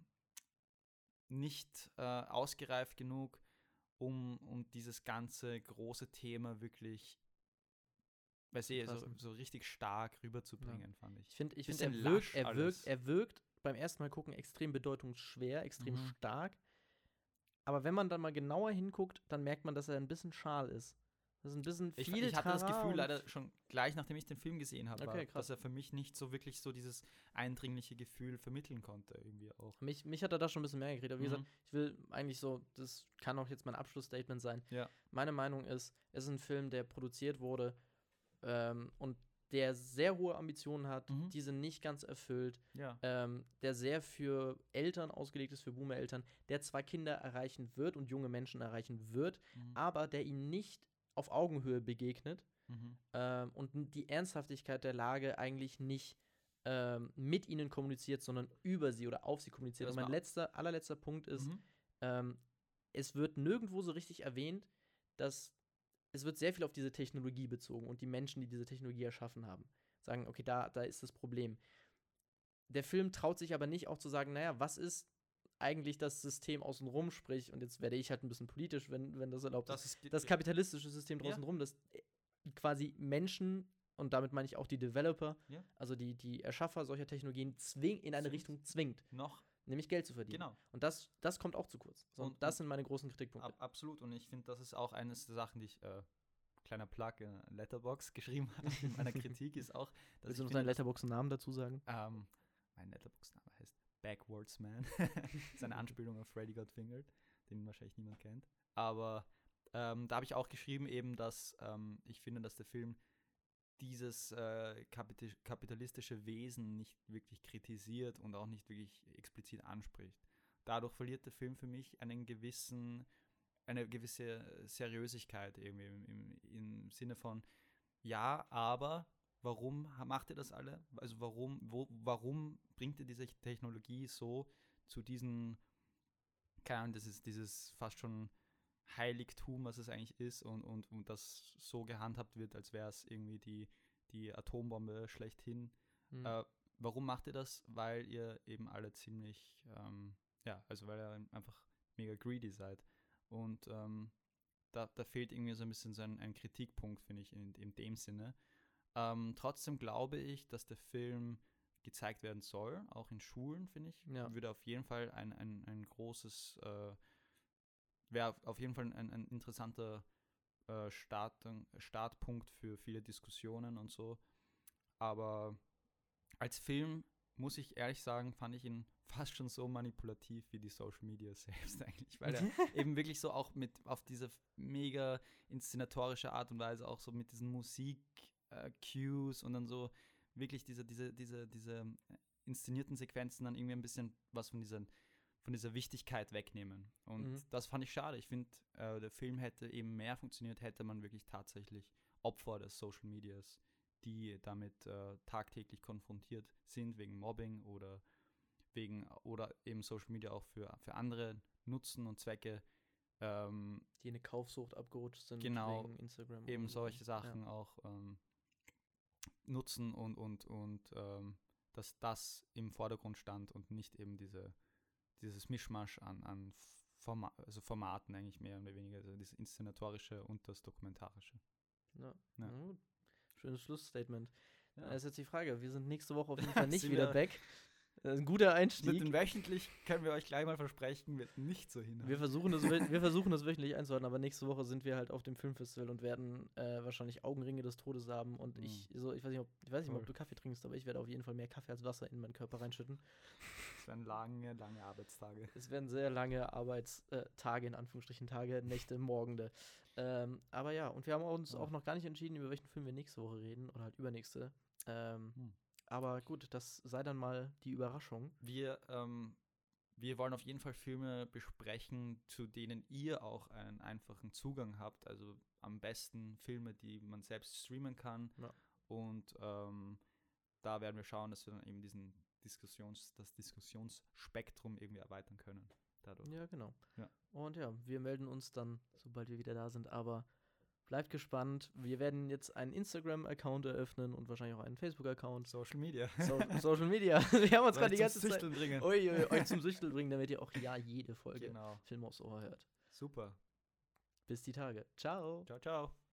S2: nicht äh, ausgereift genug, um, um dieses ganze große Thema wirklich, weiß ich, so,
S1: fassen.
S2: so richtig stark rüberzubringen, fand ich.
S1: Ich finde, ich find,
S2: Bisschen
S1: er, wirkt,
S2: lasch
S1: er, wirkt,
S2: alles.
S1: er wirkt beim ersten Mal gucken extrem bedeutungsschwer, extrem
S2: Mhm.
S1: stark. Aber wenn man dann mal genauer hinguckt, dann merkt man, dass er ein bisschen schal ist. Das ist ein bisschen
S2: Ich,
S1: viel
S2: ich hatte das
S1: Trara
S2: Gefühl
S1: und-
S2: leider schon gleich, nachdem ich den Film gesehen habe,
S1: Okay,
S2: war,
S1: krass.
S2: dass er für mich nicht so wirklich so dieses eindringliche Gefühl vermitteln konnte, irgendwie auch.
S1: Mich, mich hat er da schon ein bisschen mehr gekriegt. Aber wie
S2: Mhm.
S1: gesagt, ich will eigentlich so, das kann auch jetzt mein Abschlussstatement sein.
S2: Ja.
S1: Meine Meinung ist, es ist ein Film, der produziert wurde ähm, und der sehr hohe Ambitionen hat,
S2: Mhm.
S1: diese nicht ganz erfüllt,
S2: Ja.
S1: ähm, der sehr für Eltern ausgelegt ist, für Boomer-Eltern, der zwar Kinder erreichen wird und junge Menschen erreichen wird,
S2: Mhm.
S1: aber der ihnen nicht auf Augenhöhe begegnet
S2: Mhm.
S1: ähm, und n- die Ernsthaftigkeit der Lage eigentlich nicht ähm, mit ihnen kommuniziert, sondern über sie oder auf sie kommuniziert.
S2: Ja, das
S1: und mein
S2: war-
S1: letzter, allerletzter Punkt ist,
S2: Mhm.
S1: ähm, es wird nirgendwo so richtig erwähnt, dass es wird sehr viel auf diese Technologie bezogen und die Menschen, die diese Technologie erschaffen haben, sagen, okay, da, da ist das Problem. Der Film traut sich aber nicht auch zu sagen, naja, was ist eigentlich das System außenrum, sprich, und jetzt werde ich halt ein bisschen politisch, wenn, wenn das erlaubt ist,
S2: Das ist
S1: das kapitalistische System
S2: Ja.
S1: draußen rum, das äh, quasi Menschen, und damit meine ich auch die Developer,
S2: Ja.
S1: also die, die Erschaffer solcher Technologien, zwing, in eine
S2: Zwingt.
S1: Richtung zwingt,
S2: noch.
S1: nämlich Geld zu verdienen.
S2: Genau.
S1: Und das, das kommt auch zu kurz. So,
S2: Und-
S1: und das
S2: und-
S1: sind meine großen Kritikpunkte.
S2: Ab, absolut. Und ich finde, das ist auch eines der Sachen, die ich, äh, kleiner Plug in Letterboxd geschrieben habe in meiner Kritik, ist auch, dass
S1: Willst du
S2: ich
S1: noch
S2: finde,
S1: deinen Letterboxd-Namen dazu sagen?
S2: Ähm, mein Letterboxd-Name heißt Backwards Man. Das ist eine Anspielung auf Freddy Got Fingered, den wahrscheinlich niemand kennt. Aber ähm, da habe ich auch geschrieben eben, dass ähm, ich finde, dass der Film dieses äh, kapit kapitalistische Wesen nicht wirklich kritisiert und auch nicht wirklich explizit anspricht. Dadurch verliert der Film für mich einen gewissen, eine gewisse Seriösigkeit irgendwie im, im, im Sinne von, ja, aber warum ha- macht ihr das alle? Also warum, wo, warum bringt ihr diese Technologie so zu diesen, keine Ahnung, das ist dieses fast schon Heiligtum, was es eigentlich ist und, und, und das so gehandhabt wird, als wäre es irgendwie die, die Atombombe schlechthin.
S1: Hm.
S2: Äh, warum macht ihr das? Weil ihr eben alle ziemlich, ähm, ja, also weil ihr einfach mega greedy seid. Und ähm, da, da fehlt irgendwie so ein bisschen so ein, ein Kritikpunkt, finde ich, in, in dem Sinne. Ähm, trotzdem glaube ich, dass der Film gezeigt werden soll, auch in Schulen, finde ich.
S1: Ja.
S2: Würde auf jeden Fall ein, ein, ein großes, äh, wäre auf jeden Fall ein, ein interessanter äh, Start, Startpunkt für viele Diskussionen und so. Aber als Film, muss ich ehrlich sagen, fand ich ihn fast schon so manipulativ wie die Social Media selbst eigentlich, weil er eben wirklich so auch mit auf diese mega inszenatorische Art und Weise auch so mit diesen Musik-Cues und dann so wirklich diese, diese, diese, diese inszenierten Sequenzen dann irgendwie ein bisschen was von dieser, von dieser Wichtigkeit wegnehmen. Und
S1: Mhm.
S2: das fand ich schade. Ich finde, äh, der Film hätte eben mehr funktioniert, hätte man wirklich tatsächlich Opfer des Social Medias, die damit äh, tagtäglich konfrontiert sind wegen Mobbing oder wegen oder eben Social Media auch für, für andere Nutzen und Zwecke. Ähm,
S1: Die in eine Kaufsucht abgerutscht sind
S2: Genau,
S1: wegen Instagram.
S2: eben
S1: und so.
S2: solche Sachen auch ähm, nutzen und, und, und ähm, dass das im Vordergrund stand und nicht eben diese, dieses Mischmasch an, an Forma also Formaten eigentlich mehr oder weniger, also das Inszenatorische und das Dokumentarische.
S1: Ja.
S2: Ja.
S1: Ja. Gut. Schönes Schlussstatement.
S2: Ja.
S1: Da ist jetzt die Frage, wir sind nächste Woche auf jeden Fall nicht
S2: Sind
S1: wieder
S2: wir-
S1: back. Das ist ein guter
S2: Mit
S1: Einstieg.
S2: den wöchentlich können wir euch gleich mal versprechen, wird nicht so hin.
S1: Wir versuchen, das, wö- wir versuchen das wöchentlich einzuhalten, aber nächste Woche sind wir halt auf dem Filmfestival und werden äh, wahrscheinlich Augenringe des Todes haben. Und
S2: Mhm.
S1: ich, so, ich weiß nicht, ob, ich weiß nicht mal, ob
S2: Voll.
S1: du Kaffee trinkst, aber ich werde auf jeden Fall mehr Kaffee als Wasser in meinen Körper reinschütten.
S2: Es werden lange, lange Arbeitstage.
S1: Es werden sehr lange Arbeitstage, in Anführungsstrichen Tage, Nächte, Morgende. Ähm, aber ja, und wir haben uns
S2: Ja.
S1: auch noch gar nicht entschieden, über welchen Film wir nächste Woche reden oder halt übernächste. Ähm,
S2: Hm.
S1: Aber gut, das sei dann mal die Überraschung.
S2: Wir, ähm, wir wollen auf jeden Fall Filme besprechen, zu denen ihr auch einen einfachen Zugang habt. Also am besten Filme, die man selbst streamen kann.
S1: Ja.
S2: Und ähm, da werden wir schauen, dass wir dann eben diesen Diskussions, das Diskussionsspektrum irgendwie erweitern können. Dadurch.
S1: Ja, genau.
S2: Ja.
S1: Und ja, wir melden uns dann, sobald wir wieder da sind. Aber bleibt gespannt. Wir werden jetzt einen Instagram-Account eröffnen und wahrscheinlich auch einen Facebook-Account.
S2: Social Media.
S1: So, Social Media. Wir haben uns gerade die ganze Zeit
S2: Süchteln bringen.
S1: ui, ui, euch zum Süchteln bringen, damit ihr auch ja jede Folge
S2: Genau.
S1: Film aufs Ohr hört.
S2: Super.
S1: Bis die Tage. Ciao.
S2: Ciao, ciao.